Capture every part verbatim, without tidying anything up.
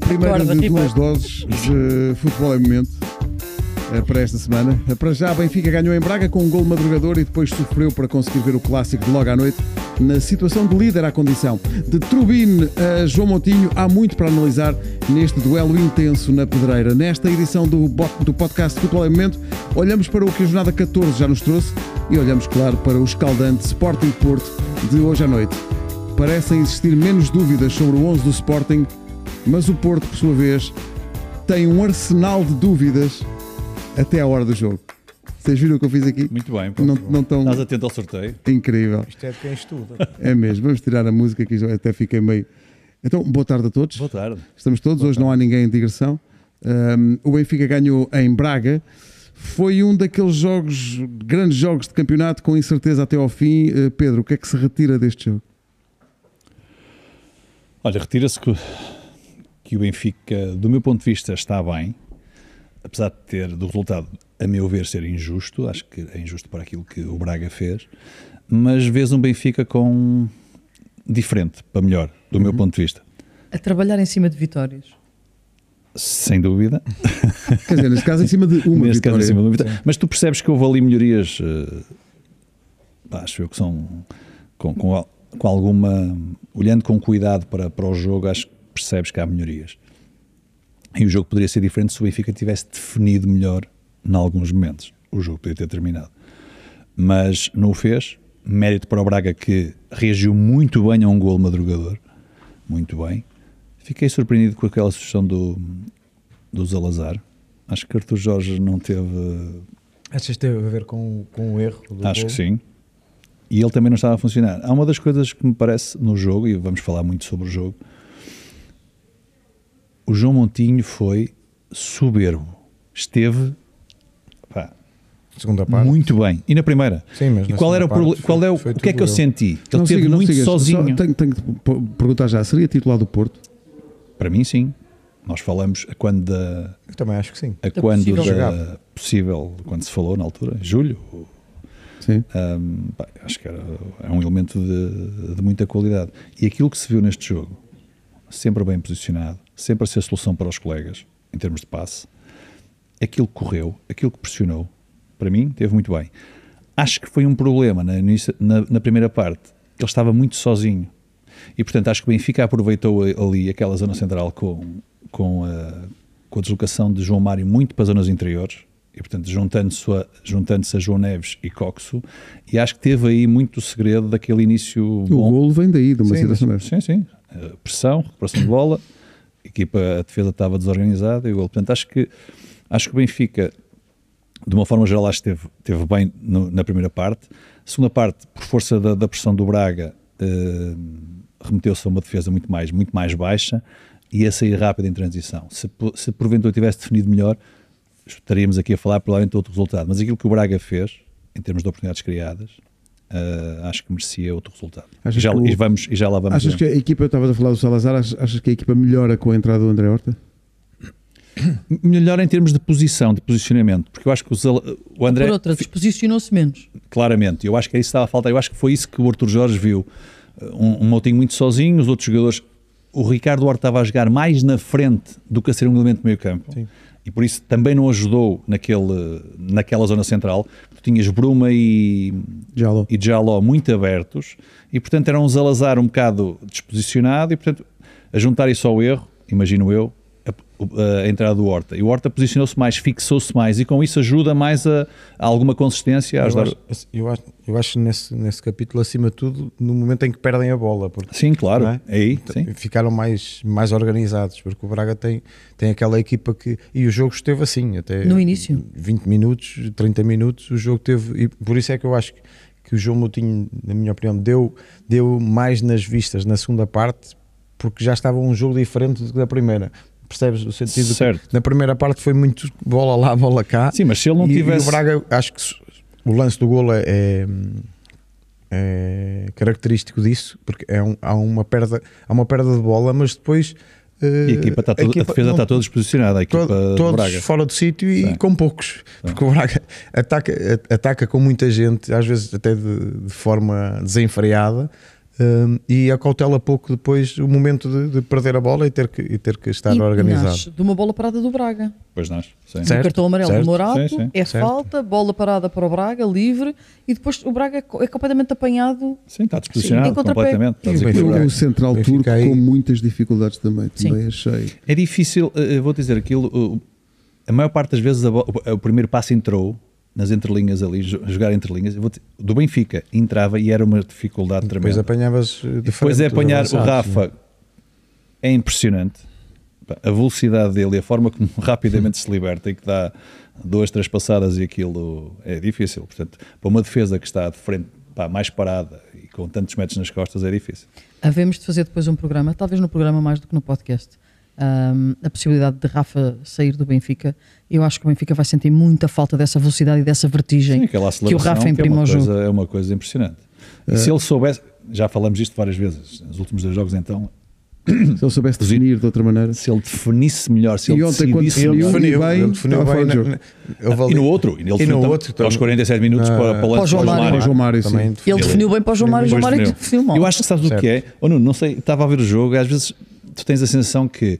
primeira Acorda, de Ripa. duas doses de futebol em momento eh, para esta semana. Eh, Para já, a Benfica ganhou em Braga com um gol madrugador e depois sofreu para conseguir ver o clássico de logo à noite na situação de líder à condição. De Trubin a João Montinho, há muito para analisar neste duelo intenso na Pedreira. Nesta edição do, bo- do podcast Futebol em Momento, olhamos para o que a jornada catorze já nos trouxe e olhamos, claro, para o escaldante Sporting Porto de hoje à noite. Parecem existir menos dúvidas sobre o onze do Sporting, mas o Porto, por sua vez, tem um arsenal de dúvidas até à hora do jogo. Vocês viram o que eu fiz aqui? Muito bem, pô. Não, não tão Estás atento ao sorteio. incrível. Isto é de quem estuda. É mesmo. Vamos tirar a música que eu até fiquei meio... Então, boa tarde a todos. Boa tarde. Estamos todos, Boa hoje tarde. não há ninguém em digressão. Um, o Benfica ganhou em Braga. Foi um daqueles jogos, grandes jogos de campeonato, com incerteza até ao fim. Uh, Pedro, o que é que se retira deste jogo? Olha, retira-se que, que o Benfica, do meu ponto de vista, está bem, apesar de ter, do resultado, a meu ver, ser injusto. Acho que é injusto para aquilo que o Braga fez, mas vês um Benfica com diferente, para melhor, do Uhum. meu ponto de vista. A trabalhar em cima de vitórias. Sem dúvida. Quer dizer, neste caso, em cima de uma Neste caso, vitória. em cima de uma vitória. Mas tu percebes que houve ali melhorias, eh, pá, acho eu que são com, com, al- com alguma, olhando com cuidado para, para o jogo, acho que percebes que há melhorias. E o jogo poderia ser diferente se o Benfica tivesse definido melhor em alguns momentos. O jogo poderia ter terminado. Mas não o fez. Mérito para o Braga, que reagiu muito bem a um golo madrugador. Muito bem. Fiquei surpreendido com aquela sugestão do, do Salazar. Acho que Arthur Jorge não teve... Achas que teve a ver com, com o erro do Acho golo? que sim. E ele também não estava a funcionar. Há uma das coisas que me parece no jogo, e vamos falar muito sobre o jogo, o João Montinho foi soberbo. Esteve, pá, Segunda parte. muito bem. E na primeira? Sim, mas E na qual era o segunda problema? parte Qual é o, foi- o foi que é que eu tudo senti? Ele Não esteve siga, não muito sigas. sozinho. Só tenho, tenho que p- perguntar já, seria titular do Porto? Para mim, sim. Nós falamos a quando da... Eu também acho que sim. A Da quando possível da jogada. possível, quando se falou na altura, em julho, Sim. Hum, pá, acho que era, é um elemento de, de muita qualidade. E aquilo que se viu neste jogo, sempre bem posicionado, sempre a ser solução para os colegas, em termos de passe, aquilo que correu, aquilo que pressionou, para mim, teve muito bem. Acho que foi um problema na, início- na, na primeira parte, ele estava muito sozinho. E, portanto, acho que o Benfica aproveitou ali aquela zona central com, com, a, com a deslocação de João Mário muito para as zonas interiores, e, portanto, juntando-se a, juntando-se a João Neves e Coxo, e acho que teve aí muito o segredo daquele início O bom. golo vem daí, de uma Sim, situação mas- dessa. sim, sim. Uh, pressão, recuperação de bola, a equipa, a defesa estava desorganizada e o golo. Portanto, acho que, acho que o Benfica, de uma forma geral, acho que esteve, esteve bem no- na primeira parte. Segunda parte, por força da, da pressão do Braga, uh, remeteu-se a uma defesa muito mais, muito mais baixa e a sair rápido em transição. Se, po- se porventura tivesse definido melhor, estaríamos aqui a falar provavelmente de outro resultado. Mas aquilo que o Braga fez, em termos de oportunidades criadas, uh, acho que merecia outro resultado. E Achas já, que o- e vamos, e já lá vamos. Achas ver. que a equipa, eu estava a falar do Salazar, achas, achas que a equipa melhora com a entrada do André Horta? Melhor em termos de posição, de posicionamento, porque eu acho que o, Zal- o André, Por outra, desposicionou-se menos. claramente, eu acho que é isso que estava a faltar, eu acho que foi isso que o Arthur Jorge viu, um, um Moutinho muito sozinho, os outros jogadores, o Ricardo Horta estava a jogar mais na frente do que a ser um elemento de meio campo, Sim. e por isso também não ajudou naquele, naquela zona central. Tu tinhas Bruma e, Jaló. e Jaló muito abertos, e portanto era um Salazar um bocado desposicionado, e portanto a juntar isso ao erro, imagino eu, a, a entrada do Horta, e o Horta posicionou-se mais, fixou-se mais, e com isso ajuda mais a, a alguma consistência a Eu ajudar. acho, eu acho, eu acho nesse, nesse capítulo, acima de tudo, no momento em que perdem a bola, porque Sim, claro, não é? é aí, sim. ficaram mais, mais organizados, porque o Braga tem, tem aquela equipa que... E o jogo esteve assim, até No início. vinte minutos, trinta minutos, o jogo teve... E por isso é que eu acho que, que o João Moutinho, na minha opinião, deu, deu mais nas vistas na segunda parte, porque já estava um jogo diferente do que da primeira. Percebes o sentido? Certo. Que na primeira parte foi muito bola lá, bola cá. Sim, mas se ele não e, tivesse... e o Braga, acho que o lance do golo é, é, é característico disso, porque é um, há, uma perda, há uma perda de bola, mas depois E a, equipa está toda, a, defesa não- está toda desposicionada, a equipa to- do todos Braga. fora do sítio e Sim. com poucos, porque o Braga ataca, ataca com muita gente, às vezes até de, de forma desenfreada, um, e acautela pouco depois o momento de, de perder a bola e ter que, e ter que estar E organizado. nasce de uma bola parada do Braga. Pois nós. Sim. Certo. O cartão amarelo certo, do Morato, sim, sim. é Certo. falta, bola parada para o Braga, livre, e depois o Braga é co- é completamente apanhado. Sim, está desposicionado Sim, em contrapé. completamente. Está E o E desequilibrado. o central Benfica turco aí- com muitas dificuldades também. Também achei. É difícil, eh, eu vou dizer aquilo, o- a maior parte das vezes a bo- o primeiro passo entrou nas entrelinhas ali, jo- jogar entrelinhas, eu vou dizer, do Benfica entrava e era uma dificuldade Depois tremenda. apanhavas de Depois frente é os apanhar o avançados, Rafa, né? é impressionante. Pá, a velocidade dele e a forma como rapidamente se liberta e que dá duas, três passadas e aquilo é difícil. Portanto, para uma defesa que está de frente, pá, mais parada e com tantos metros nas costas é difícil. Havemos de fazer depois um programa, talvez no programa mais do que no podcast, um, a possibilidade de Rafa sair do Benfica. Eu acho que o Benfica vai sentir muita falta dessa velocidade e dessa vertigem Sim, aquela que o Rafa aceleração que é imprime uma, ao jogo. coisa, é uma coisa impressionante. E se ele soubesse, já falamos isto várias vezes, nos últimos dois jogos então, Se ele soubesse definir de outra maneira. se ele definisse melhor, se E ele ontem, quando decidisse ele melhor. definiu- definiu, bem, ele definiu estava bem fora de na- jogo. na- houve E ali- no outro, e ele definiu no tam- outro, aos tam- quarenta e sete minutos na- para, para, Para o João Mário. Para o João Mário, sim. também Ele definiu. definiu bem para o João Mário, o João Depois Mário definiu. definiu mal. Eu acho que sabes Certo. o que é? Ou não, não sei, estava a ver o jogo e às vezes tu tens a sensação que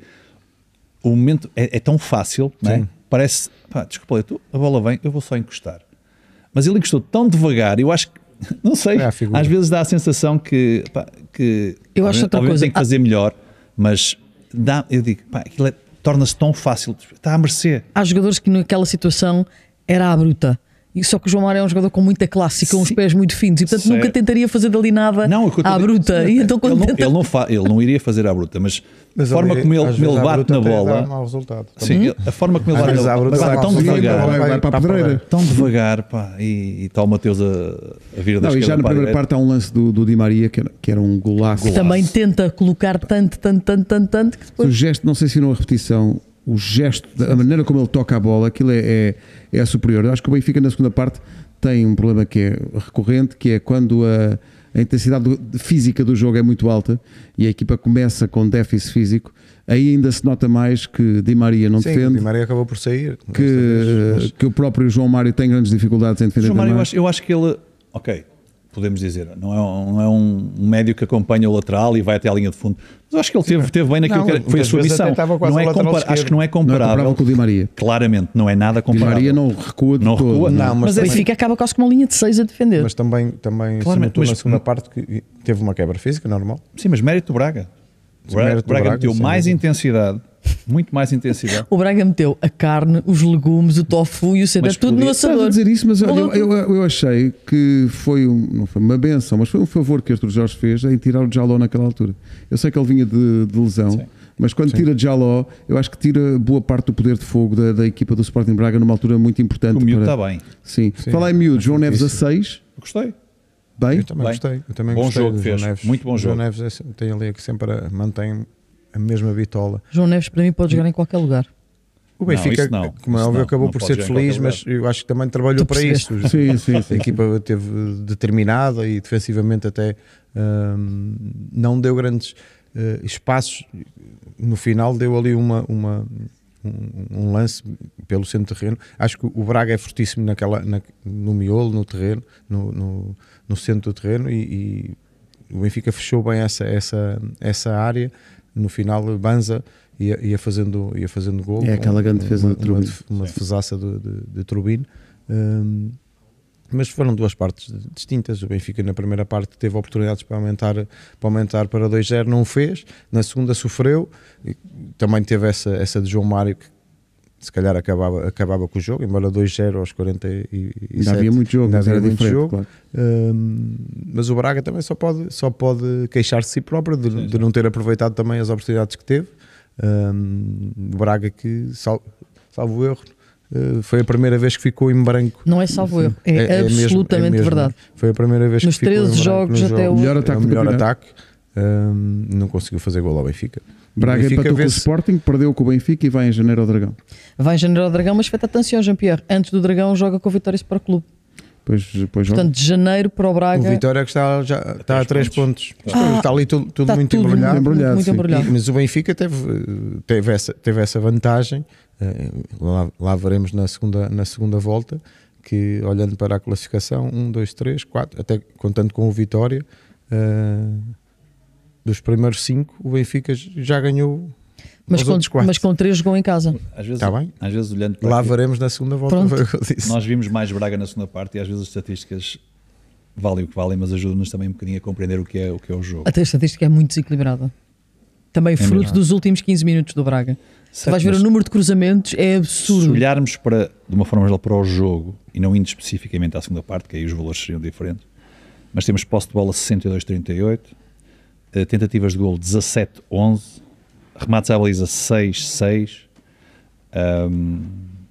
o momento é, é tão fácil, não é? Sim. Parece, pá, desculpa, lá, tu- a bola vem, eu vou só encostar. Mas ele encostou tão devagar, eu acho que, não sei, É a figura. às vezes dá a sensação que, pá, que Eu acho obviamente- outra obviamente coisa. tem que fazer melhor, mas dá, eu digo, pá, aquilo é- torna-se tão fácil, está à mercê. Há jogadores que naquela situação era à bruta. E só que o João Mário é um jogador com muita classe e com os Sim. pés muito finos e portanto Certo. nunca tentaria fazer dali nada Não, o que eu estou à a dizer- bruta. Sim, E então quando ele, não, tenta... ele, não fa, ele não iria fazer à bruta, mas, Mas a forma ali, como ele, às como ele vezes, à bate bruta na até dá bola, mau resultado. sim, ele- a forma como ele Às bate vezes na à bola, bruta mas dá vai tão mau resultado, devagar, vai- vai para a pedreira. tão devagar, pá, e, e está o Mateus a, a vir da Não, e esquerda já na para a primeira direita. parte há um lance do, do Di Maria que era, que era um golaço. que também tenta colocar tanto, tanto, tanto, tanto, tanto que O depois gesto, não sei se viram a repetição, o gesto, a maneira como ele toca a bola, aquilo é, é, é superior. Eu acho que o Benfica na segunda parte tem um problema que é recorrente, que é quando a, a intensidade do- física do jogo é muito alta e a equipa começa com déficit físico, aí ainda se nota mais que Di Maria não Sim, o defende, Di Maria acabou por sair. que, desta vez, que o próprio João Mário tem grandes dificuldades em defender João Mário, também. eu acho, eu acho que ele, ok, podemos dizer, não é, um, não é um médio que acompanha o lateral e vai até à linha de fundo, mas eu acho que ele teve, teve bem naquilo Não, que era- foi a muitas sua vezes missão. até estava quase Não ao é lateral compara- esquerdo. acho que não é Não é comparável comparável, com o Di Maria. claramente, não é nada Di comparável. Maria não recua de Não todo. recua, Não, mas o também- Benfica acaba quase com uma linha de seis a defender. Mas também, também se Claramente, notou mas- na segunda parte que teve uma quebra física, normal. Sim, mas mérito do Braga. O Sim, Braga, mérito do Braga Braga, meteu sem mais dúvida. intensidade, muito mais intensidade. O Braga meteu a carne, os legumes, o tofu e o cedro, Mas tudo no podia- Estás a assador. dizer isso, mas olha, eu, Valeu eu, eu achei que foi, um, não foi uma benção, mas foi um favor que Artur Jorge fez em tirar o Jaló naquela altura. Eu sei que ele vinha de, de lesão, Sim. mas quando tira Jaló, eu acho que tira boa parte do poder de fogo da, da equipa do Sporting Braga numa altura muito importante. O miúdo para- está bem. Sim. Sim. Falar em miúdo, João Neves a Isso. seis, Eu gostei. bem. Eu também Bem. gostei. Eu também Bom gostei jogo do fez, João Neves. muito bom O João jogo. Neves é- tem ali que sempre a- mantém a mesma bitola. João Neves para mim pode jogar em qualquer lugar. O Benfica, isso não. como é Isso óbvio, não. acabou Não por pode ser jogar em feliz, qualquer mas eu acho que também trabalhou Tu para percebeste. isso. Sim, sim, sim. A equipa esteve determinada e defensivamente até hum, não deu grandes eh, espaços. No final deu ali uma, uma- um, um lance pelo centro terreno. Acho que o Braga é fortíssimo naquela, na- no miolo, no terreno, no, no, no centro do terreno e, e o Benfica fechou bem essa, essa, essa área. No final, Banza ia, ia, fazendo, ia fazendo gol. É aquela grande defesa uma, de Turbine. Uma, def- uma defesaça de, de, de Turbine. Hum, mas foram duas partes distintas. O Benfica na primeira parte teve oportunidades para aumentar para, aumentar para dois zero, não o fez. Na segunda sofreu. E também teve essa, essa de João Mário que se calhar acabava, acabava com o jogo, embora dois zero aos quarenta e sete. Ainda havia muito jogo, ainda mas era havia muito diferente, jogo. claro. Hum, mas o Braga também só pode, só pode queixar-se de si próprio de, Sim, de sim. não ter aproveitado também as oportunidades que teve. Hum, o Braga que, sal, salvo erro, uh, foi a primeira vez que ficou em branco. Não é salvo erro, é, mesmo- absolutamente é mesmo. verdade. Foi a primeira vez Nos que ficou treze em branco jogos no até jogo. o- Melhor É ataque o do melhor campeonato. ataque. Hum, não conseguiu fazer gol ao Benfica. Braga O Benfica empatou com o vê-se- Sporting, perdeu com o Benfica e vai em janeiro ao Dragão. Vai em janeiro ao Dragão, mas feita atenção, Jean-Pierre. Antes do Dragão joga com o Vitória Sport Clube. Depois, depois joga. Portanto, de janeiro para o O Braga. Vitória que está, já, está a três pontos. Ah, está ali tudo, tudo está muito tudo embrulhado. muito, Embrulhado, muito sim. embrulhado. E- mas o Benfica teve, teve, essa, teve essa vantagem, eh, lá, lá veremos na segunda, na segunda volta, que olhando para a classificação, um, dois, três, quatro, até contando com o Vitória, uh, dos primeiros cinco, o Benfica já ganhou Mas os com, outros quatro. mas com três jogou em casa. Às vezes, Tá bem. às vezes olhando para Lá aqui, veremos na segunda volta. Pronto. Foi o que eu disse. nós vimos mais Braga na segunda parte e às vezes as estatísticas valem o que valem, mas ajudam-nos também um bocadinho a compreender o que é o, que é o jogo. Até a estatística é muito desequilibrada. Também fruto mesmo. dos últimos quinze minutos do Braga. Tu Certo, vais ver mas o número de cruzamentos, é se absurdo. olharmos para, de uma forma geral para o jogo e não indo especificamente à segunda parte, que aí os valores seriam diferentes, mas temos posse de bola sessenta e dois a trinta e oito, eh, tentativas de golo dezassete a onze, remates à baliza seis a seis, ahm,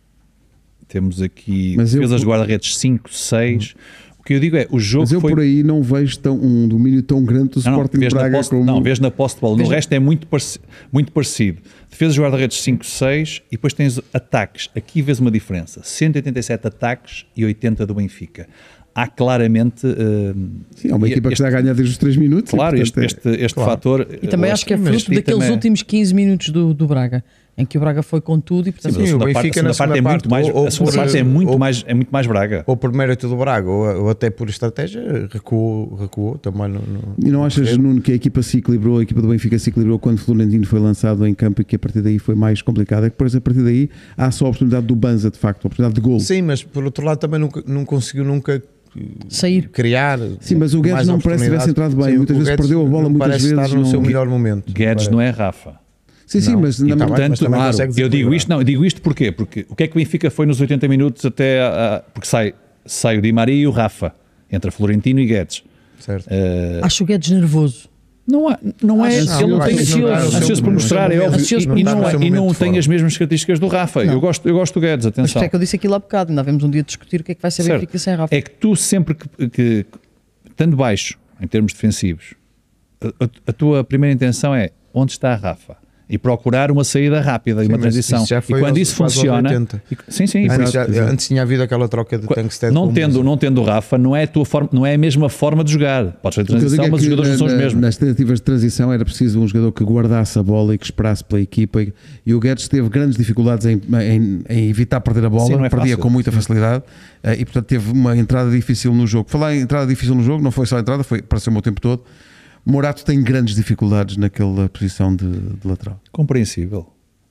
temos aqui Mas eu- defesas de guarda-redes cinco a seis. O que eu digo é, o jogo Mas eu foi... por aí não vejo tão, um domínio tão grande do Não, não, Sporting vês na Braga posse, como... não, vês na posse de bola. No Veja- resto é muito, pareci- muito parecido. Defesas de guarda-redes cinco a seis e depois tens ataques. Aqui vês uma diferença. cento e oitenta e sete ataques e oitenta do Benfica. Há claramente... eh, Sim, é uma e equipa que este- está a ganhar desde os três minutos. Claro, e, este, portanto, é- este, este claro. fator... E também eu acho que é mas- fruto e daqueles também- últimos quinze minutos do, do Braga, em que o Braga foi com tudo e portanto Sim, mas a Sim, o segunda parte, a Benfica segunda na parte é segunda muito parte, mais... ou- A segunda ou parte por- é muito, ou- mais, é muito mais Braga. Ou por mérito do Braga, ou, ou até por estratégia, recuou, recuou também. No, no, E não achas, Nuno, que a equipa se equilibrou, a equipa do Benfica se equilibrou quando Florentino foi lançado em campo e que a partir daí foi mais complicado? É que, por exemplo, a partir daí há só a oportunidade do Banza, de facto, a oportunidade de golo. Sim, mas por outro lado também nunca, não conseguiu nunca sair. criar. Sim, mas o Guedes mais não parece que tivesse oportunidades. entrado bem. Sim, Muitas o vezes Guedes perdeu a bola, não muitas parece vezes estar no não- seu melhor momento. Guedes Parece. não é Rafa. Sim, sim, Não. mas E na tá bem, Portanto, mas também claro, consegue eu digo desequilibrar. isto, não, eu digo isto porquê? Porque o que é que o Benfica foi nos oitenta minutos até a, a- porque sai, sai o Di Maria e o Rafa, entre Florentino e Guedes. Certo. Eh, Acho o Guedes nervoso. não, há, não é, Acho- ele não não, tem acho que não está no seu- ansioso por mostrar, é não está no óbvio, seu e, momento- e não, não está no é- seu e não momento de tem forma. as mesmas características do Rafa. Não. Eu gosto, eu gosto do Guedes, Mas por atenção. isso é que eu disse aquilo há bocado, ainda havemos um dia discutir o que é que vai ser Certo. Benfica sem Rafa. É que tu sempre que, que estando baixo em termos defensivos, a, a- a tua primeira intenção é onde está a Rafa? E procurar uma saída rápida e Sim, uma mas transição. isso já foi e quando aos- isso quase aos funciona. oitenta. e- sim, sim. Antes, exato, já- exato. antes tinha havido aquela troca de Tankstead Não com tendo, o não tendo o Rafa, não é a tua forma, não é a mesma forma de jogar. Podes fazer O que eu digo transição, é mas os que jogadores não são os na- mesmos. nas tentativas de transição era preciso um jogador que guardasse a bola e que esperasse pela equipa e, e o Guedes teve grandes dificuldades em, em- em evitar perder a bola, Sim, não é perdia fácil. com muita facilidade eh, e portanto teve uma entrada difícil no jogo. Falar em entrada difícil no jogo, não foi só a entrada, foi para ser o meu tempo todo. Morato tem grandes dificuldades naquela posição de, de lateral. Compreensível.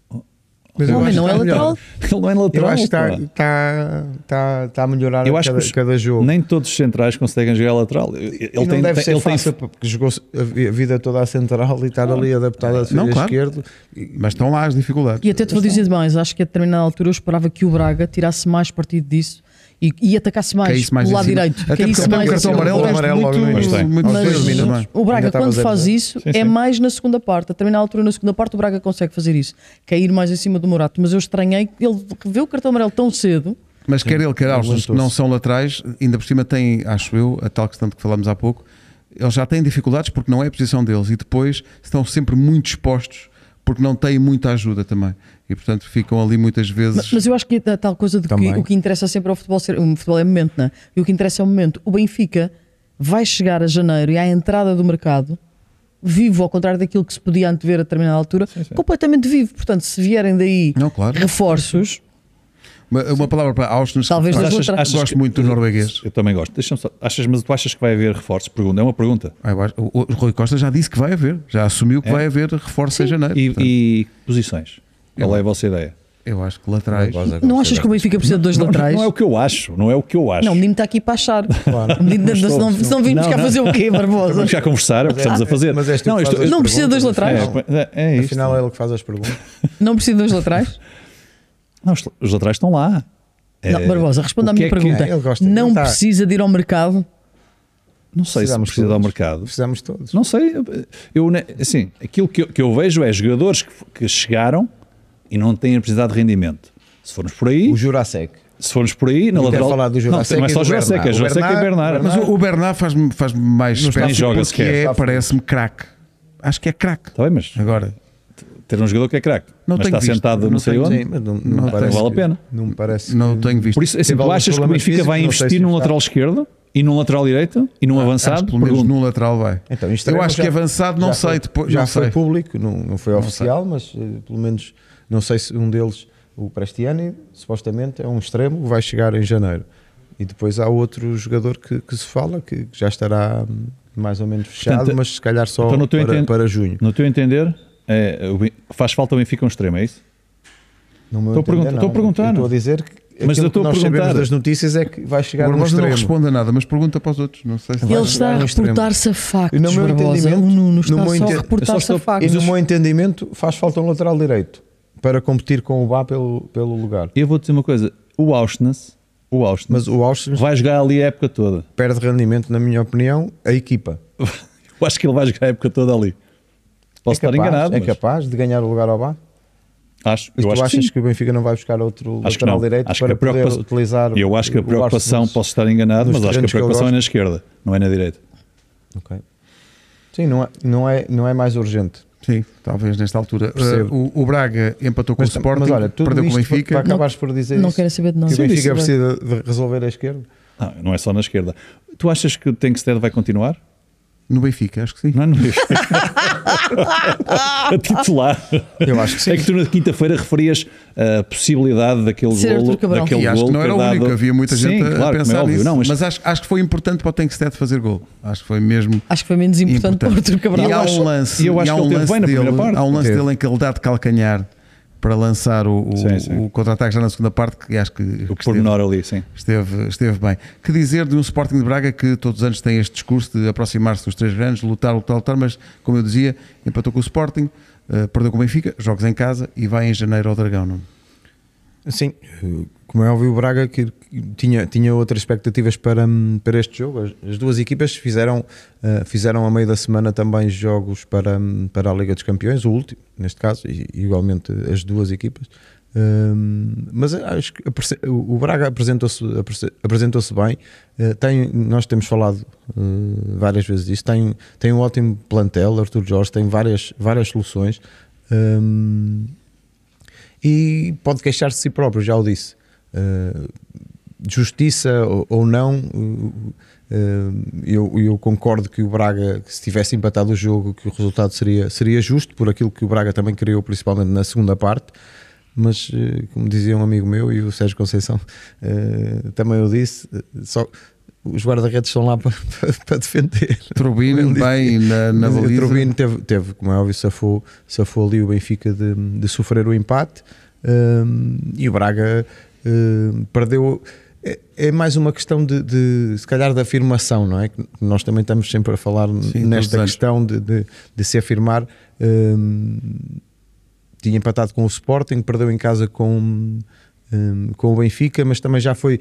Mas O eu homem acho não que é está melhor. lateral. Ele não é lateral. Eu acho que está, pá. está, está, está a melhorar Eu a acho cada, que os- cada jogo. Nem todos os centrais conseguem jogar lateral. Ele E tem, não deve tem- ser ele tem- fácil porque jogou a vi- a vida toda à central e estar ali adaptado à defesa Não, claro. esquerda. Mas estão lá as dificuldades. E até te vou dizer mais, acho que a determinada altura eu esperava que o Braga tirasse mais partido disso e, e atacasse mais Caísse mais pelo em lado cima. direito. Até porque caísse ele tem um mais cartão em cima. amarelo, amarelo desde logo no muito, início. muito, Aos muito dois minutos. também. O Braga, Ainda estava quando zero faz zero. isso, Sim, é sim. mais na segunda parte. A determinada altura, na segunda parte, o Braga consegue fazer isso. Cair mais em cima do Morato. Mas eu estranhei que ele vê o cartão amarelo tão cedo. Mas quer ele, quer Austin, que não são laterais, ainda por cima tem, acho eu, a tal questão de que falamos há pouco, eles já têm dificuldades porque não é a posição deles e depois estão sempre muito expostos porque não têm muita ajuda também. E portanto ficam ali muitas vezes. Mas, mas eu acho que a tal coisa de que Também. o que interessa sempre ao futebol, ser, o futebol é momento, não é? E o que interessa é o momento. O Benfica vai chegar a janeiro e à entrada do mercado vivo, ao contrário daquilo que se podia antever a determinada altura, sim. completamente vivo. Portanto, se vierem daí Não, claro. reforços, Uma, uma palavra para Austin, Talvez que das achas, outras. achas gosto muito do norueguês. Eu também gosto. Deixa-me só. Achas, mas tu achas que vai haver reforços? Pergunta. É uma pergunta. Ah, eu acho- O, o Rui Costa já disse que vai haver, já assumiu que É? vai haver reforço em janeiro. E, Portanto, e posições? Qual é a vossa ideia? eu acho que laterais. não achas que o Benfica precisa de dois Não, laterais? não é o que eu acho. Não é o que eu acho. Não, o menino está aqui para achar. Claro. O menino, se não, se não vimos Não, cá não. fazer o quê, Barbosa? Vamos já conversar, é o que estamos a fazer. Mas és tu não, que isto, fazes as Não precisa de dois perguntas, laterais? afinal. é, é isto. Afinal é ele que faz as perguntas. Não precisa de dois laterais? Não, os, os laterais estão lá. Não, É, Barbosa, responda o à que minha é que- pergunta. Ele gosta de Não tentar. precisa de ir ao mercado? Não sei se Precisamos precisa todos. ao mercado. Precisamos todos. Não sei. Eu, ne- assim, aquilo que eu, que eu vejo é jogadores que, que chegaram e não têm a precisar de rendimento. Se formos por aí, O Jurasek. se formos por aí, na Não lateral. quer falar do não, Jurasek não é e só do Jurasek, é Bernard. Jurasek O e Bernard. Mas o, o Bernard faz-me faz mais Não está em espécie joga porque sequer. é, parece-me craque. Acho que é craque. Está bem, mas Agora, ter um jogador que é craque, Não mas tenho está visto. sentado Não não sei tenho- onde, Sim, mas não, não, Não me parece vale a que- pena. Não me parece. não que- tenho visto. Por isso, assim, Teve tu alguns achas que o problemas Benfica vai físicos, não sei investir se num está. lateral esquerdo e num lateral direito e num Acho avançado? que pelo menos Pergunto. num lateral vai. Então, isto Eu também acho já- que avançado, não já sei. foi- Depois, já não foi sei. público, não, não foi oficial, mas eh, pelo menos não sei se um deles, o Prestiani, supostamente é um extremo, vai chegar em janeiro. E depois há outro jogador que, que se fala que já estará, mais ou menos fechado, Portanto, mas se calhar só então, no teu para, entend- para junho. No teu entender, é, o Ben- faz falta o Benfica um extremo, é isso? No meu Estou a entender, perguntar- não. estou a perguntar. Eu Estou a dizer que Mas aquilo eu estou que a nós perguntar. sabemos das notícias é que vai O chegar no Barbosa não extremo. responde a nada, mas pergunta para os outros. Não sei se Vai Ele chegar está a no extremo. reportar-se a factos, E no meu Barbosa. entendimento- O Nuno está no meu só a ente- reportar-se eu a só estou- E factos. no meu entendimento faz falta um lateral direito para competir com o Bá pelo, pelo lugar. E eu vou dizer uma coisa: o Auschwitz, o Auschwitz Mas o Austin vai jogar ali a época toda. perde rendimento, na minha opinião, a equipa. Eu acho que ele vai jogar a época toda ali. Posso é estar capaz, enganado, É mas capaz de ganhar o lugar ao Bá? acho, E eu tu acho que achas sim. que, o Benfica não vai buscar outro Acho que lateral não. direito Acho para que a poder preocupação- utilizar Eu acho que a o preocupação, Austin posso estar enganado, nos mas acho que a terrenos que ele preocupação é gosta? na esquerda, não é na direita. Ok. Sim, não é, não, é, não é mais urgente. Sim, talvez nesta altura. Percebo. Uh, o, o Braga empatou com Mas, o Sporting, mas olha, tudo perdeu com o isto para, Benfica. para acabares por dizer Não isso, quero saber de nada. que o Sim, Benfica disse precisa de resolver a esquerda. Não, não é só na esquerda. Tu achas que o Tenkstead vai continuar? No Benfica, acho que sim. Não é no a titular. Eu acho que sim. É que tu na quinta-feira referias a possibilidade daquele Ser golo, Arthur Cabral. daquele E acho que golo não era ter o dado- único, havia muita Sim, gente a claro, como é pensar óbvio. nisso. Não, mas, mas acho, acho que foi importante para o Tenkstead fazer gol. Acho que foi mesmo Acho que foi menos importante, para o Arthur Cabral. E há acho- um lance, e eu acho e há que um ele teve lance bem na dele, primeira parte. há um lance Teve. dele em que ele dá de calcanhar para lançar o, o, Sim, sim. o contra-ataque já na segunda parte, que acho que, o que esteve, pormenor ali, sim. esteve, esteve bem. Que dizer de um Sporting de Braga que todos os anos tem este discurso de aproximar-se dos três grandes, lutar, lutar, lutar, mas como eu dizia, empatou com o Sporting, uh, perdeu com o Benfica, jogos em casa e vai em janeiro ao Dragão. Não? Sim, como é óbvio, o Braga que que tinha, tinha outras expectativas para, para este jogo. As, as duas equipas fizeram, uh, fizeram a meio da semana também jogos para, para a Liga dos Campeões, o último, neste caso, e igualmente as duas equipas. Um, mas acho que o Braga apresentou-se apresentou-se bem. Uh, tem, nós temos falado uh, várias vezes disso. Tem, tem um ótimo plantel. Arthur Jorge tem várias, várias soluções. Um, e pode queixar-se de si próprio, já o disse. Uh, justiça ou, ou não, uh, uh, eu, eu concordo que o Braga, que se tivesse empatado o jogo, que o resultado seria, seria justo, por aquilo que o Braga também criou, principalmente na segunda parte. Mas, uh, como dizia um amigo meu e o Sérgio Conceição, uh, também eu disse, só os guarda-redes estão lá para, para, para defender. Trubino bem na, na Mas o baliza. Trubino teve, teve, como é óbvio, safou, safou ali o Benfica de, de sofrer o empate, um, e o Braga uh, perdeu. É, é mais uma questão de, de, se calhar, de afirmação, não é? Que nós também estamos sempre a falar Sim, nesta todos os questão de, de, de se afirmar. Um, tinha empatado com o Sporting, perdeu em casa com, um, com o Benfica, mas também já foi.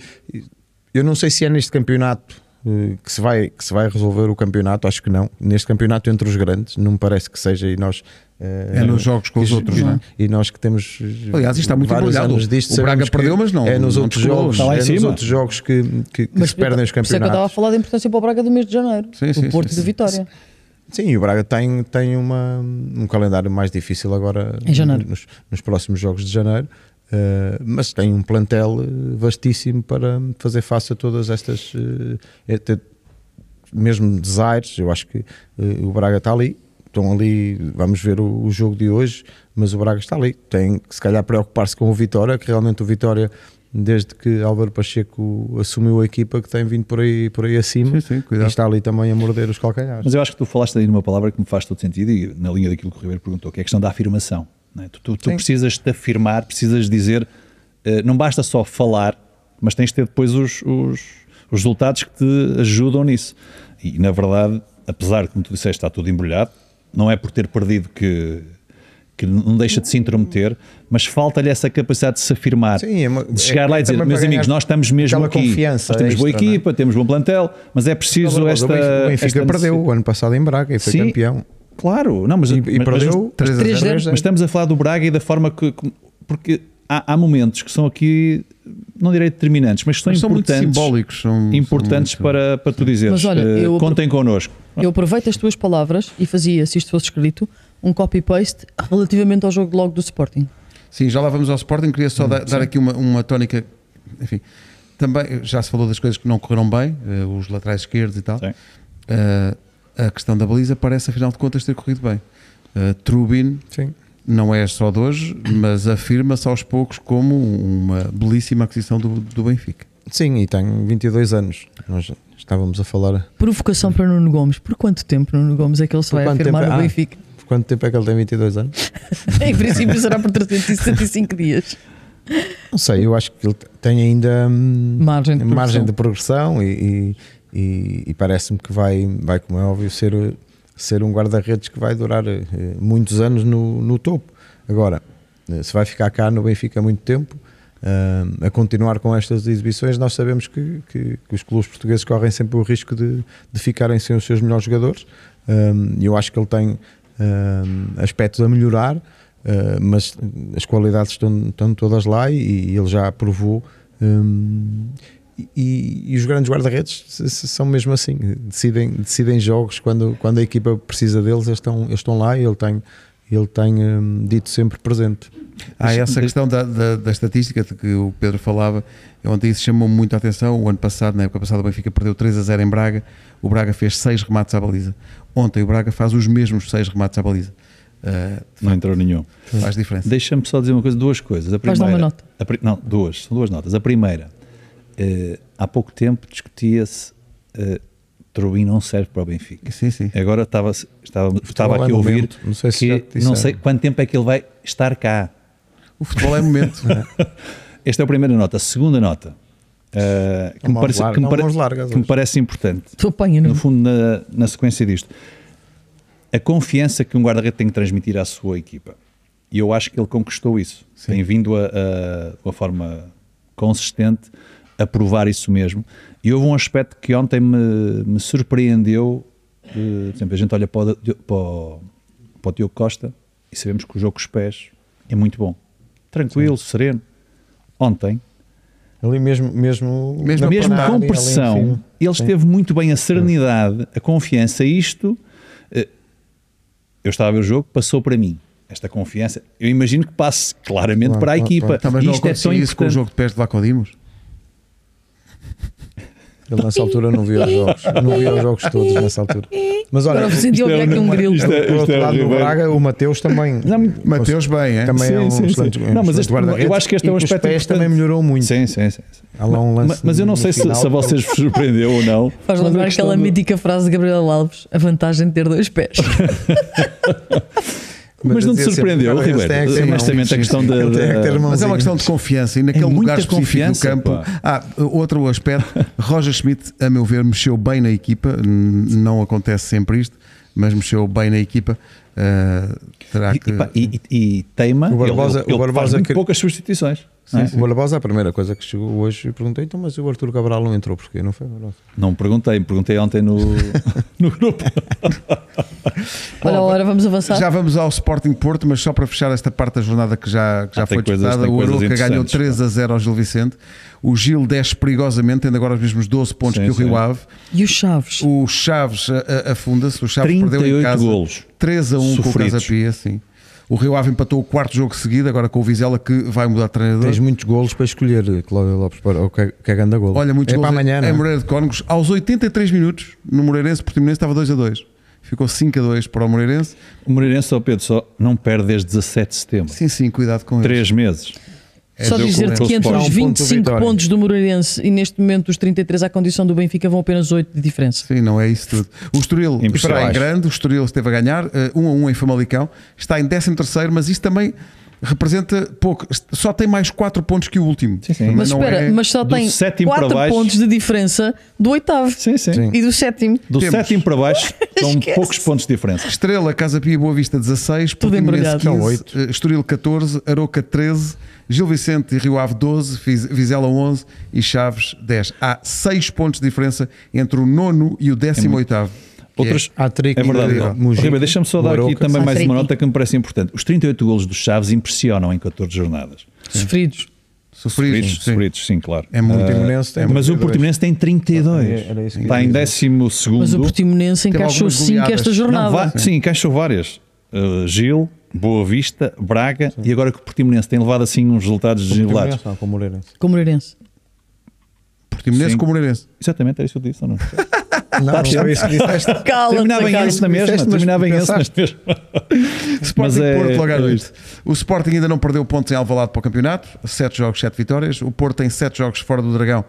Eu não sei se é neste campeonato uh, que, se vai, que se vai resolver o campeonato, acho que não. Neste campeonato entre os grandes, não me parece que seja, e nós. Uh, É nos jogos com os e, outros, e, não é? e nós que temos. Aliás, isto está muito vários embrulhado. anos disto, O Braga sabemos que perdeu, mas não- É nos não outros descolou. jogos, Está lá em é nos cima. outros jogos que, que, que Mas se perdem os por isso é que eu estava a campeonatos. falar da importância para o Braga do mês de janeiro. Sim, sim, do Porto sim, e do sim. Vitória. Sim, e o Braga tem, tem uma, um calendário mais difícil agora Em janeiro. Nos, nos próximos jogos de janeiro, uh, mas tem um plantel uh, vastíssimo para fazer face a todas estas, uh, até mesmo desaires. Eu acho que uh, o Braga está ali, estão ali, vamos ver o, o jogo de hoje, mas o Braga está ali. Tem que se calhar preocupar-se com o Vitória, que realmente o Vitória, desde que Álvaro Pacheco assumiu a equipa, que tem vindo por aí, por aí acima, Sim, sim, e cuidado. está ali também a morder os calcanhares. Mas eu acho que tu falaste aí numa palavra que me faz todo sentido e na linha daquilo que o Ribeiro perguntou, que é a questão da afirmação. Não é? Tu, tu, tu precisas te afirmar, precisas dizer, eh, não basta só falar, mas tens de ter depois os, os, os resultados que te ajudam nisso. E na verdade, apesar de, como tu disseste, está tudo embrulhado, não é por ter perdido que, que não deixa de se intrometer, mas falta-lhe essa capacidade de se afirmar, Sim, é uma- de chegar é- lá é e dizer, também meus para amigos, ganhar nós estamos mesmo aquela aqui, confiança nós temos boa extra, não é? equipa, temos bom plantel, mas é preciso O esta... Benfica, o Benfica esta perdeu o ano passado em Braga e foi Sim, campeão. Claro, não, mas, E, e mas- perdeu mas- três a zero. três zero. mas estamos a falar do Braga e da forma que... que- porque há, há momentos que são aqui, não direi determinantes, mas que são Mas são muito importantes, simbólicos. São, importantes são muito- para, para tu dizeres, Mas olha, eh, eu- contem connosco. Eu aproveito as tuas palavras e fazia, se isto fosse escrito, um copy-paste relativamente ao jogo de logo do Sporting. Sim, já lá vamos ao Sporting. Queria só dar, dar aqui uma, uma tónica. Enfim, também já se falou das coisas que não correram bem, eh, os laterais esquerdos e tal. Sim. Eh, a questão da baliza parece, afinal de contas, ter corrido bem. Uh, Trubin Sim. não é só de hoje, mas afirma-se aos poucos como uma belíssima aquisição do, do Benfica. Sim, e tenho vinte e dois anos. Nós estávamos a falar. Provocação para Nuno Gomes. Por quanto tempo Nuno Gomes é que ele se Por vai quanto afirmar tempo é- no ah. Benfica? Por quanto tempo é que ele tem vinte e dois anos? Em princípio será por trezentos e sessenta e cinco dias. Não sei, eu acho que ele tem ainda hum, Margem de margem progressão. de progressão e, e, e- e parece-me que vai, vai, como é óbvio, ser, ser um guarda-redes que vai durar eh, muitos anos no, no topo. Agora, eh, se vai ficar cá no Benfica há muito tempo, hum, a continuar com estas exibições, nós sabemos que, que- que os clubes portugueses correm sempre o risco de, de ficarem sem os seus melhores jogadores. Hum, eu acho que ele tem hum, aspectos a melhorar. Uh, mas as qualidades estão, estão todas lá e, e ele já provou um, e, e os grandes guarda-redes s- s- são mesmo assim, decidem, decidem jogos quando, quando a equipa precisa deles, eles estão, eles estão lá e ele tem, ele tem um, dito sempre presente. Há essa questão da, da, da estatística de que o Pedro falava. Ontem isso chamou muito a atenção. O ano passado, na época passada, o Benfica perdeu três a zero em Braga. O Braga fez seis remates à baliza. Ontem o Braga faz os mesmos seis remates à baliza. Uh, Não entrou nenhum. faz diferença. Deixa-me só dizer uma coisa, duas coisas. A Vais primeira, dar uma nota? a pri- não, duas, são duas notas. A primeira, eh, há pouco tempo discutia-se uh, Trubin não serve para o Benfica. Sim, sim. Agora estava, estava, estava é aqui a ouvir momento, não sei se já te que não disseram. sei quanto tempo é que ele vai estar cá. O futebol é momento. Esta é a primeira nota. A segunda nota, eh, que, Não me mãos parece, largas, que, me não pare- mãos largas que me hoje. parece importante. Tu apanha, No Nuno. fundo, na, na sequência disto, a confiança que um guarda-redes tem que transmitir à sua equipa. E eu acho que ele conquistou isso. Sim. Tem vindo a, a, de uma forma consistente a provar isso mesmo. E houve um aspecto que ontem me, me surpreendeu. eh, Por exemplo, a gente olha para o, para, o, para o Diogo Costa e sabemos que o jogo com os pés é muito bom. Tranquilo, sereno. Ontem, Ali mesmo, mesmo, Mesmo na mesmo parada, com ali em pressão, cima. ele Sim. esteve muito bem, a serenidade, a confiança. Isto, eh, eu estava a ver o jogo, passou para mim. Esta confiança, eu imagino que passe claramente Claro, para a claro, equipa. claro. Tá, mas não Isto é acontecia tão isso com o importante. jogo de pés de Vacodimos? Ele nessa altura não via os jogos, não via os jogos todos nessa altura. Mas olha, Agora senti ouvir aqui um grilo. isto é- do outro é lado do Ribeiro. Braga, o Mateus também. Não, Mateus bem, é? Também é um Sim, sim, excelente, sim. um Não, mas excelente este- guarda-redes. eu acho que este é um E com os aspecto pés importante. também melhorou muito. Sim, sim, sim. sim. Há lá um lance Mas, mas eu não no sei se, final se a que ele- vocês vos surpreendeu ou não. Faz mas a lembrar questão aquela do- mítica frase de Gabriel Alves: a vantagem de ter dois pés. Mas não te dizia sempre, surpreendeu, "Não, eles Ribeiro? têm que ter Honestamente, a mãos, questão sim, da- sim. Ele tem que ter da- Mas é uma mãozinhas. questão de confiança e naquele muita lugar específico confiança, do campo. pá. Ah, outro aspecto, Roger Schmidt, a meu ver, mexeu bem na equipa. N- Não acontece sempre isto, mas mexeu bem na equipa. Ah, terá E, que. pá, e- e- e teima, O Barbosa- ele, ele o Barbosa faz muito que- poucas substituições. não é? O Barbosa, a primeira coisa que chegou hoje, eu perguntei, então, mas o Arthur Cabral não entrou porquê? Não foi, Barbosa? Não perguntei, perguntei ontem no, no grupo. Olha, ora, vamos avançar. Já vamos ao Sporting Porto, mas só para fechar esta parte da jornada que já, que já Ah, tem foi coisas- disputada, tem o coisas Aroca ganhou interessantes, três a zero ao Gil Vicente. O Gil desce perigosamente, tendo agora os mesmos doze pontos Sim, que o Rio sim. Ave. E os Chaves? O Chaves a- a- afunda-se, o Chaves perdeu trinta e em oito casa golos. três a um com o sofridos. Casa Pia, sim. O Rio Ave empatou o quarto jogo seguido, agora com o Vizela, que vai mudar de treinador. Tens muitos golos para escolher, Cláudio Lopes, para o que, que é grande golo. Olha, muitos é golos para amanhã, em não é? Moreira de Cónegos. Aos oitenta e três minutos, no Moreirense, o Portimonense estava dois a dois. Ficou cinco a dois para o Moreirense. O Moreirense, ó Pedro, só não perde desde dezassete de setembro. Sim, sim, cuidado com ele. Três meses. Só É, deu dizer-te com- que entre Dá um os ponto de vinte e cinco vitória. pontos do Moreirense e neste momento os trinta e três à condição do Benfica vão apenas oito de diferença. Sim, não é isso tudo. O Estoril está em Impressionante. grande, o Estoril esteve a ganhar, eh, um a um em Famalicão, está em décimo terceiro, mas isso também representa pouco. Só tem mais quatro pontos que o último. Sim, sim. Também Mas não espera, é- mas só do tem sétimo para quatro baixo. pontos de diferença do oitavo Sim, sim. Sim. e do sétimo. Do Temos. sétimo para baixo são Esquece. poucos pontos de diferença. Estrela, Casa Pia e Boa Vista dezasseis, Tudo Portimonense embrulhado. São quinze, oito. eh, Estoril catorze, Aroca treze, Gil Vicente e Rio Ave doze, Viz- Vizela onze e Chaves dez. Há seis pontos de diferença entre o nono e o décimo oitavo. que Outros, Há trico, é verdade. incrível. Ó, Ribeiro, deixa-me só dar aqui Arouca. também Há mais trico. uma nota que me parece importante. Os trinta e oito golos dos Chaves impressionam em catorze jornadas. Sofridos. Sofridos, Sofridos, sim. sofridos, sim, claro. É muito. Ah, Portimonense tem mas o trinta e dois. Portimonense tem trinta e dois. Era isso que Está eu em ia dizer. décimo segundo. Mas o Portimonense Teve encaixou algumas cinco goleadas. esta Não, jornada. vá- sim, encaixou várias. Uh, Gil, Boa Vista, Braga e agora que o Portimonense tem levado assim uns resultados desnivelados. Não, com o Moreirense. Com o Moreirense. Portimonense Sim. com o Moreirense. Exatamente, era isso que eu disse, ou não? Não, não foi isso que disseste. Cala-te, Terminava em Ricardo. esse na mesma, disseste, mas terminava em esse na pensaste. mesma. Sporting é- Porto logo à é noite. isto. O Sporting ainda não perdeu pontos em Alvalade para o campeonato. Sete jogos, sete vitórias. O Porto tem sete jogos fora do Dragão.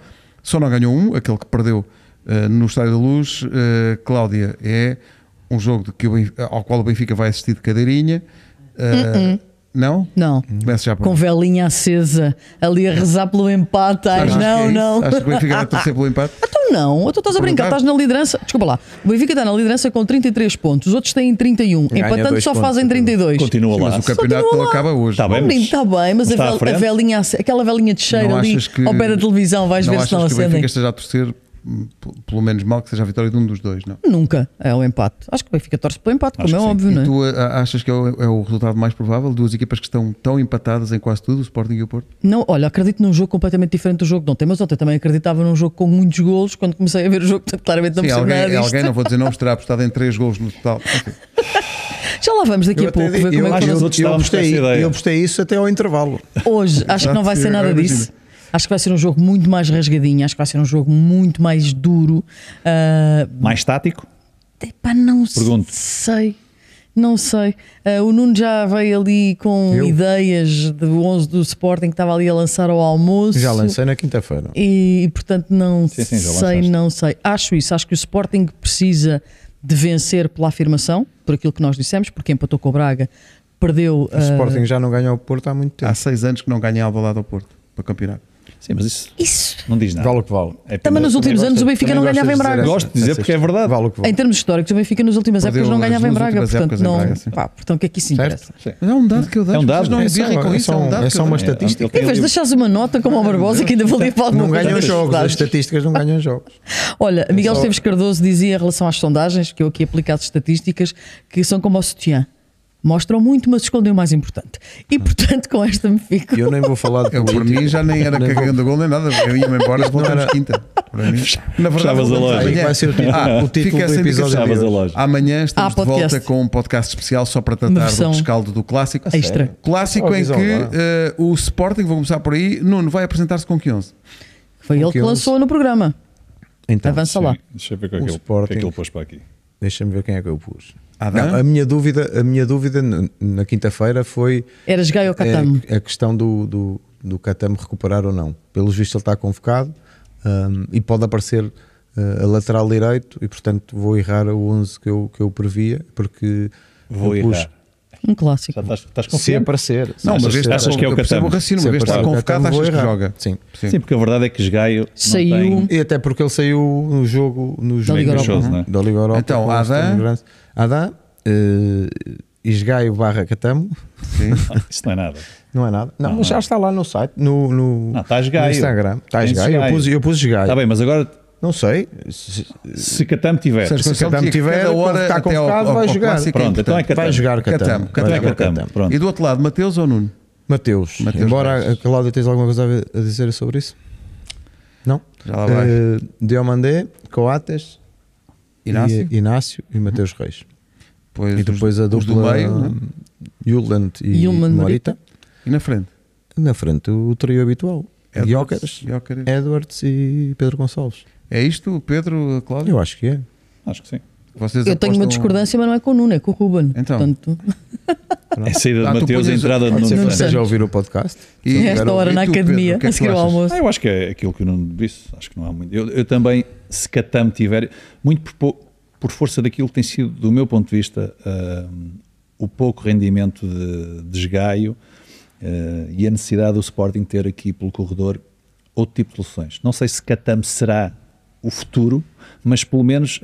Só não ganhou um, aquele que perdeu uh, no Estádio da Luz. Uh, Cláudia, é um jogo de que o Benfica, ao qual o Benfica vai assistir de cadeirinha. Uh, uh-uh. Não? Não. Começa já por Com velinha acesa, ali a rezar pelo empate. Ai, Achas não, que é não. Acho que o Benfica vai torcer pelo empate? Então não, tu estás a brincar, estás na liderança. Desculpa lá, o Benfica está na liderança com trinta e três pontos, os outros têm trinta e um, Ganha empatando dois só pontos, fazem trinta e dois. Continua Sim, lá. mas o campeonato Continua não lá. acaba hoje. Está bem, Homem, mas está bem, mas a, está à vel, a frente. velinha, ace- aquela velinha de cheiro Não ali achas que- ao pé da televisão, vais Não ver se não achas que o Benfica acendem. esteja a torcer, hum, p- pelo menos mal, que seja a vitória de um dos dois, não? Nunca é o empate. Acho que o Benfica torce pelo empate, Acho como é que sim. óbvio, não E é? tu a- achas que é o, é o resultado mais provável? Duas equipas que estão tão empatadas em quase tudo, o Sporting e o Porto? Não, olha, acredito num jogo completamente diferente do jogo de ontem, mas ontem também acreditava num jogo com muitos golos. Quando comecei a ver o jogo, portanto, claramente não Sim, percebo alguém, nada disto. alguém, não vou dizer nomes, terá apostado em três golos no total. Enfim. Já lá vamos daqui Eu a pouco até ver digo- como eu é que acho foram- os outros eu estávamos com apostei, essa ideia. eu apostei isso até ao intervalo. Hoje acho que não vai ser nada Agora disso. imagina. Acho que vai ser um jogo muito mais rasgadinho, acho que vai ser um jogo muito mais duro. Ah, Mais tático? epá, não Pergunto. sei. Não sei. Ah, o Nuno já veio ali com Eu? ideias do onze do Sporting que estava ali a lançar ao almoço. Já lancei na quinta-feira. E, e, portanto não Sim, sim, já sei, lançaste. não sei. Acho isso, acho que o Sporting precisa de vencer pela afirmação, por aquilo que nós dissemos, porque empatou com o Braga, perdeu. O ah, Sporting já não ganha o Porto há muito tempo. Há seis anos que não ganhava lá do Porto para campeonato. Sim, mas isso Isso. não diz nada. Vale o que vale. É Também nos apenas- últimos Também anos o gosto- Benfica também não gosto ganhava em dizer Braga. essa- Gosto de dizer essa porque é história. verdade. Vale o que vale. Em termos históricos, o Benfica nas últimas Perdeu épocas não as ganhava em duas Braga, últimas portanto épocas em não. Braga, sim. Pá, portanto, o que é que isso Certo. interessa? Sim. Mas é um dado que eu dou. É um dado. Vocês não É embirrem só- com é isso, é só- um dado é que só eu uma dou. estatística. Ele tem Em vez de ali- deixares uma nota como ao Barbosa, que ainda valia para alguma Não coisa ganham das jogos, as dados. estatísticas não ganham jogos. Olha, Miguel Só- Esteves Cardoso dizia em relação às sondagens, que eu aqui aplico as estatísticas, que são como o sutiã. Mostram muito, mas escondem o mais importante. E portanto, com esta me fico. Eu nem vou falar de Eu, por política. mim já nem era Nem vou- cagando gol nem nada. Eu ia-me embora, voltamos era- quinta. Para mim. Na verdade, Fechavas a voltamos loja. amanhã. Aí vai ser o título- Ah, o título fica do essa episódio indicação. de Fechavas a hoje. loja. Amanhã estamos Ah, de volta podcast. com um podcast especial só para Uma tratar do versão rescaldo do clássico. extra. Clássico Oh, em visão, que vá. eh, o Sporting, vou começar por aí, Nuno vai apresentar-se com que onze? Foi ele que que eles- lançou no programa. Então, Avança lá. Sim, deixa eu ver o que é O que ele- o que é Sporting. que ele pôs para aqui. deixa-me ver quem é que eu pus. Adam? Não, a minha dúvida, a minha dúvida n- na quinta-feira foi Eras Gaio ou Catamo? é, a questão do, do, do Catamo recuperar ou não. Pelos vistos ele está convocado hum, e pode aparecer uh, a lateral direito e portanto vou errar o onze que eu, que eu previa porque Vou eu pus- errar. Um clássico. Já estás, estás se confiante? aparecer. Não, Achas- uma vez achas está, que é o eu percebo o Catamo? raciocínio, Se uma vez está aparecer o convocado, Catamo, achas vou que errar. joga? Sim. Sim. Sim, porque a verdade é que Esgaio não Saiu- tem... E até porque ele saiu no jogo no jogo Liga Europa. Shows, não é? da Liga Europa. Então, com o Adam? Stone Grant. Adam, uh, Esgaio barra Catamo, Sim. Ah, isso não é nada. não é nada. Não, Não, mas já não. está lá no site, no, no, Não, está no Esgaio. Instagram. Está Tem Esgaio, eu Esgaio. pus, eu pus Esgaio. Está bem, mas agora, Não sei. Se, se Catamo tiver... Certo. se Catamo Tinha que tiver, cada hora está até ao- convocado, ao- vai ao jogar. clássico. Pronto, então é Catamo. Vai jogar Catamo. Catamo, Vai Então é jogar Catamo. Catamo. Pronto. E do outro lado, Mateus ou Nuno? Mateus, Mateus embora Reis. a Cláudia tens alguma coisa a dizer sobre isso? Não? Já lá vai. Uh, Diomandé, Coates, Inácio? e, Inácio e Mateus Reis. Pois E depois os, a os do dupla meio, né? Juland e Yulman Morita. E na frente? Na frente o trio habitual. Jóqueres, Jóqueres. Edwards e Pedro Gonçalves. É isto, Pedro, Cláudio? Eu acho que é. Acho que sim. Vocês Eu tenho uma apostam- discordância, mas não é com o Nuno, é com o Ruben. Então. Portanto, É a saída Ah, de tu Mateus e a pões- entrada de Pode ser Nuno que Nuno Santos. esteja a ouvir o podcast. E- a esta hora e na tu, Pedro, academia, o que é a que seguir tu ao achas? almoço. Ah, eu acho que é aquilo que o Nuno disse. Acho que não há muito. Eu, eu também, se Catamo tiver, muito por, pou- por força daquilo que tem sido, do meu ponto de vista, ah, o pouco rendimento de, de Esgaio ah, e a necessidade do Sporting ter aqui pelo corredor outro tipo de soluções. Não sei se Catamo será o futuro, mas pelo menos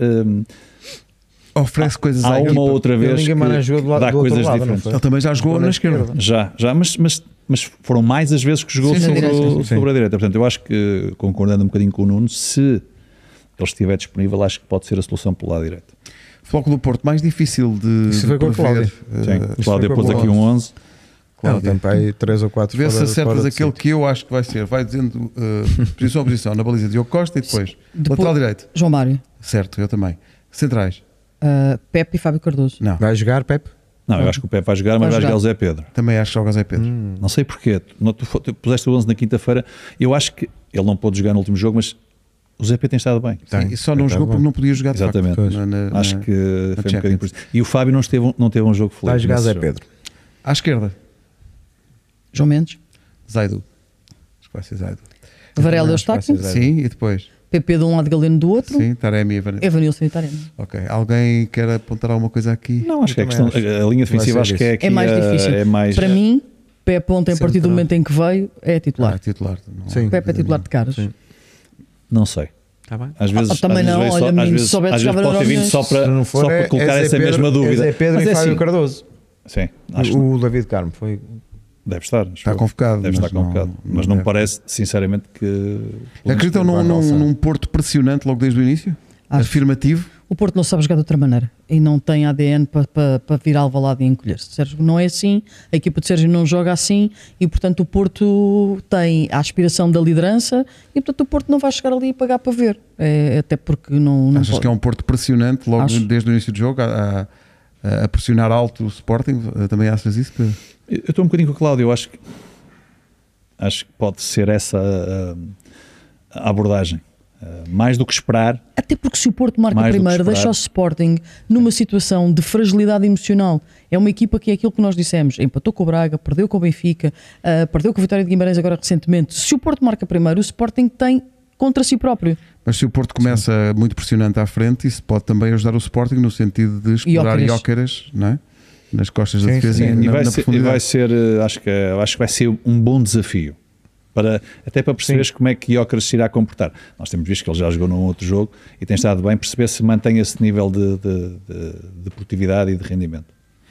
ah, Oferece coisas há à uma equipa. ou outra vez ninguém mais que, jogou do que lado- dá do outro coisas lado, não diferentes. foi? Ele também já jogou Jogou na na esquerda. esquerda. Já, já, mas, mas, mas foram mais as vezes que jogou Sim, na sobre, direita, o- sim, sim. sobre a direita. Portanto, eu acho que, concordando um bocadinho com o Nuno, se ele estiver disponível, acho que pode ser a solução pelo lado direito. Floco do Porto, mais difícil de, Isso de foi com a prever. Cláudia. Eh, Sim, isso Cláudia foi pôs com aqui um onze. Ela Cláudia. tem para aí três ou quatro Vê se fora- acertas fora de aquele sítio. que eu acho que vai ser. Vai dizendo eh, posição a posição na baliza de Diogo Costa e depois, Depois- lateral direito. João Mário, Certo, eu também. Centrais. uh, Pepe e Fábio Cardoso. Não. Vai jogar, Pepe? Não, eu acho que o Pepe vai jogar, mas Vai vai jogar jogar. o Zé Pedro. Também acho que joga o Zé Pedro. Hum. Não sei porquê. Tu, não- tu, fo- tu puseste o onze na quinta-feira. Eu acho que ele não pôde jogar no último jogo, mas o Zé Pedro tem estado bem. Tá, Sim, e só não tá jogou bom. porque não podia jogar de Exatamente. facto. Na- na- Acho na- que foi um Champions. bocadinho por isso. E o Fábio não, esteve, um- não teve um jogo feliz. Vai jogar nesse Zé jogo. Pedro. À esquerda, João Mendes. Zaidu. Acho que vai ser Zaidu. Varela e Acho que vai Eustáquio, ser zero. Sim, e depois? P P de um lado, Galeno do outro, Sim, Taremi e Evanilson. Evanilson e Taremi. Ok. Alguém quer apontar alguma coisa aqui? Não, acho que é a, também questão, acho. a linha defensiva Vai acho ser que é isso. aqui É mais a- difícil. É mais, Para mim, Pé Ponta, em partir do Central. momento em que veio, é Ah, titular. titular. Não há Sim. Pepe é titular de caras. Sim. não sei. Está bem. Às vezes, Ah, também às vezes não, veio olha, só, às menino, vezes, se soubesse às vezes jogar pode ter vindo Euromilhões. só para, Se não for, só para é- colocar é Zé essa Pedro- mesma dúvida. É Zé Pedro Mas e é Fábio assim, Cardoso. sim, acho que O David Carmo foi. deve estar. acho Está eu. convocado, Deve mas estar convocado. não- mas não não me deve. parece, sinceramente, que. Acreditam num, Vai num, alçar. num Porto pressionante logo desde o início? Acho. Afirmativo? O Porto não sabe jogar de outra maneira e não tem A D N para pa, pa virar Alvalade e encolher-se. Sérgio não é assim, a equipa de Sérgio não joga assim e, portanto, o Porto tem a aspiração da liderança e, portanto, o Porto não vai chegar ali e pagar para ver. É, até porque não, não Achas pode. que é um Porto pressionante logo Acho. desde o início do jogo? A, a- a pressionar alto o Sporting? Também achas isso, Pedro? Eu estou um bocadinho com o Cláudio. Eu acho que. Acho que pode ser essa a, a abordagem. Uh, mais do que esperar. Até porque se o Porto marca Mais do que primeiro, esperar. deixa o Sporting numa situação de fragilidade emocional. É uma equipa que é aquilo que nós dissemos, empatou com o Braga, perdeu com o Benfica, uh, perdeu com o Vitória de Guimarães agora recentemente. Se o Porto marca primeiro, o Sporting tem contra si próprio. Mas se o Porto começa muito pressionante à frente, isso pode também ajudar o Sporting no sentido de explorar Iócaras. Iócaras, não é? Nas costas da Sim, defesa sim. e E na, vai na ser, e profundidade. vai ser uh, acho, que, acho que vai ser um bom desafio. Para, até para perceberes como é que Iócaras se irá comportar. Nós temos visto que ele já jogou num outro jogo e tem estado bem, perceber se mantém esse nível de, de, de, de produtividade e de rendimento.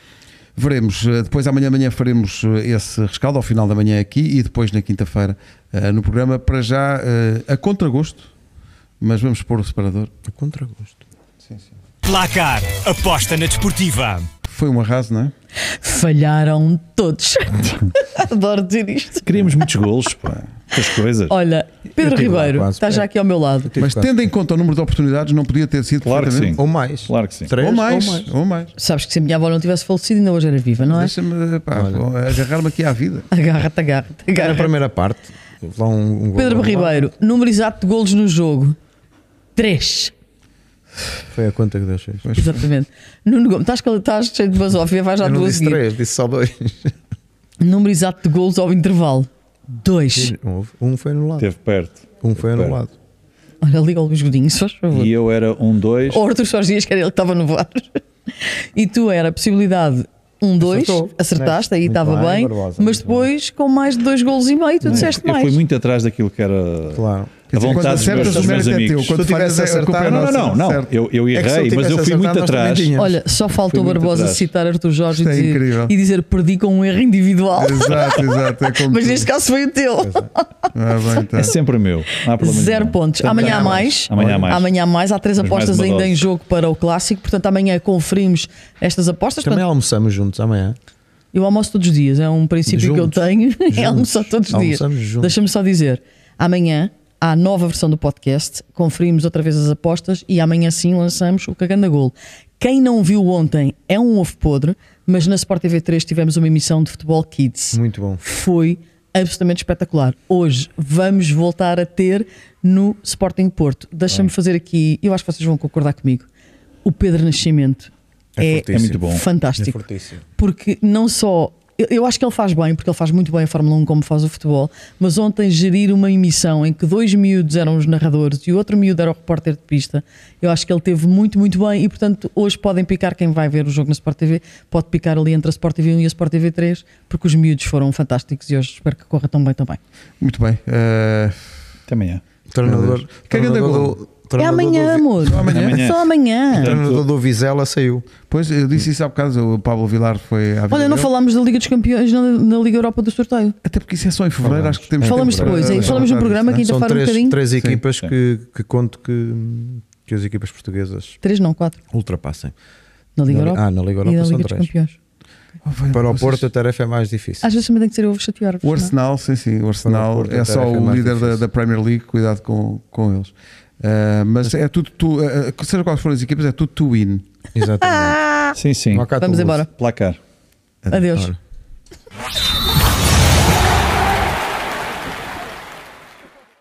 Veremos, eh, depois amanhã de manhã faremos eh, esse rescaldo ao final da manhã aqui e depois na quinta-feira eh, no programa, para já eh, a contragosto, mas vamos pôr o separador. A contragosto. Sim, sim. Placar, aposta na desportiva. Foi um arraso, não é? Falharam todos. Adoro dizer isto. Queríamos muitos golos, pá, as coisas. Olha, Pedro Eu tive lá Ribeiro, quase. está já aqui ao meu lado. Mas tendo em conta o número de oportunidades, não podia ter sido Claro que perfeitamente. sim. Ou mais. Claro que sim. Três, Ou mais, Ou mais. ou mais. Sabes que se a minha avó não tivesse falecido, ainda hoje era viva, não é? Deixa-me pá, agarrar-me aqui à vida. Agarra-te, agarra-te, Na agarra-te. primeira parte. Lá um, um gol Pedro anulado. Ribeiro, número exato de golos no jogo. Três. Foi a conta que deixei. Exatamente. Nuno Gomes, estás, cal- estás cheio de basófia, vais já Eu não duas disse seguir. três, disse só dois. Número exato de golos ao intervalo. Dois. Houve. Um foi anulado. Esteve perto. Um foi Teve anulado. Olha, liga ao Luís Godinho, se faz favor. E eu era um dois. Ou Artur Soares Dias, que era ele que estava no V A R. E tu era a possibilidade um dois, Acertou. acertaste, aí Muito estava bem, bem, Barbosa, mas muito depois com mais de dois golos e meio, tu disseste Eu mais. fui muito atrás daquilo que era Claro. Quer a dizer, quando vontade dos meus, acertas, dos o meus mérito é teu. amigos. Quando Se tu falhas, tivesse a culpa é acertado- Não, não, nossa. não, não. Certo. Eu, eu É que se errei, ele mas eu tivesse fui muito acertado, nós também atrás. tínhamos. Olha, só faltou Fui muito Barbosa atrás. citar Artur Jorge e Isto é dizer, incrível. e dizer perdi com um erro individual. Exato, exato. É como Mas tu. neste caso foi o teu. Ah, bem, tá. É sempre meu. Não há problema Zero nenhum. pontos. Sempre Amanhã há há mais. Amanhã há mais. Amanhã há mais. Há três Mas mais apostas uma ainda dose. em jogo para o Clássico. Portanto, amanhã conferimos estas apostas. Também Portanto, almoçamos juntos amanhã. eu almoço todos os dias. É um princípio que eu Juntos. tenho. É Juntos. almoçar todos os dias. Almoçamos juntos. Deixa-me só dizer. Amanhã há nova versão do podcast. Conferimos outra vez as apostas e amanhã sim lançamos o Cagando a Golo. Quem não viu ontem é um ovo podre, mas na Sport T V três tivemos uma emissão de Futebol Kids. Muito bom. Foi absolutamente espetacular. Hoje vamos voltar a ter no Sporting Porto. Deixa-me fazer aqui, eu acho que vocês vão concordar comigo. O Pedro Nascimento É é, fortíssimo. É muito bom. É fantástico. fortíssimo. Porque não só. Eu, eu acho que ele faz bem, porque ele faz muito bem a Fórmula um como faz o futebol, mas ontem gerir uma emissão em que dois miúdos eram os narradores e o outro miúdo era o repórter de pista, eu acho que ele teve muito, muito bem e portanto hoje podem picar quem vai ver o jogo na Sport T V, pode picar ali entre a Sport T V um e a Sport T V três, porque os miúdos foram fantásticos e hoje espero que corra tão bem também. Muito bem. eh, Até amanhã. Treinador, Cagando a treinador golo. do- É treinador amanhã, do, amor. Só amanhã? Amanhã. Só amanhã. O treinador do Vizela saiu. Pois, eu disse isso há bocado. O Pablo Vilar foi à vida Olha, não dele. falámos da Liga dos Campeões na, na Liga Europa do sorteio. Até porque isso é só em fevereiro. Acho que temos Falamos tempo para- depois, aí para falamos no tratar programa, disso, quinta- São Quinta-feira um três, bocadinho? três Sim. equipas Sim. que, que conto que, que as equipas portuguesas Três, não, quatro. ultrapassem. Na Liga Na- Europa ah, na Liga e Europa na são Liga dos três. Campeões. não é? Oh, vai, Para o vocês- Porto a tarefa é mais difícil. Às vezes também tem que ser ovo chatear. O Arsenal, sim, sim. O Arsenal Porto, é a só tarefa é o mais líder da, difícil. da Premier League. Cuidado com, com eles. Uh, mas é tudo, tu, uh, seja quais forem as equipas, é tudo to win. Exatamente. Sim, sim. Não há cá Vamos Toulouse. embora. Placar. Adeus. Ora.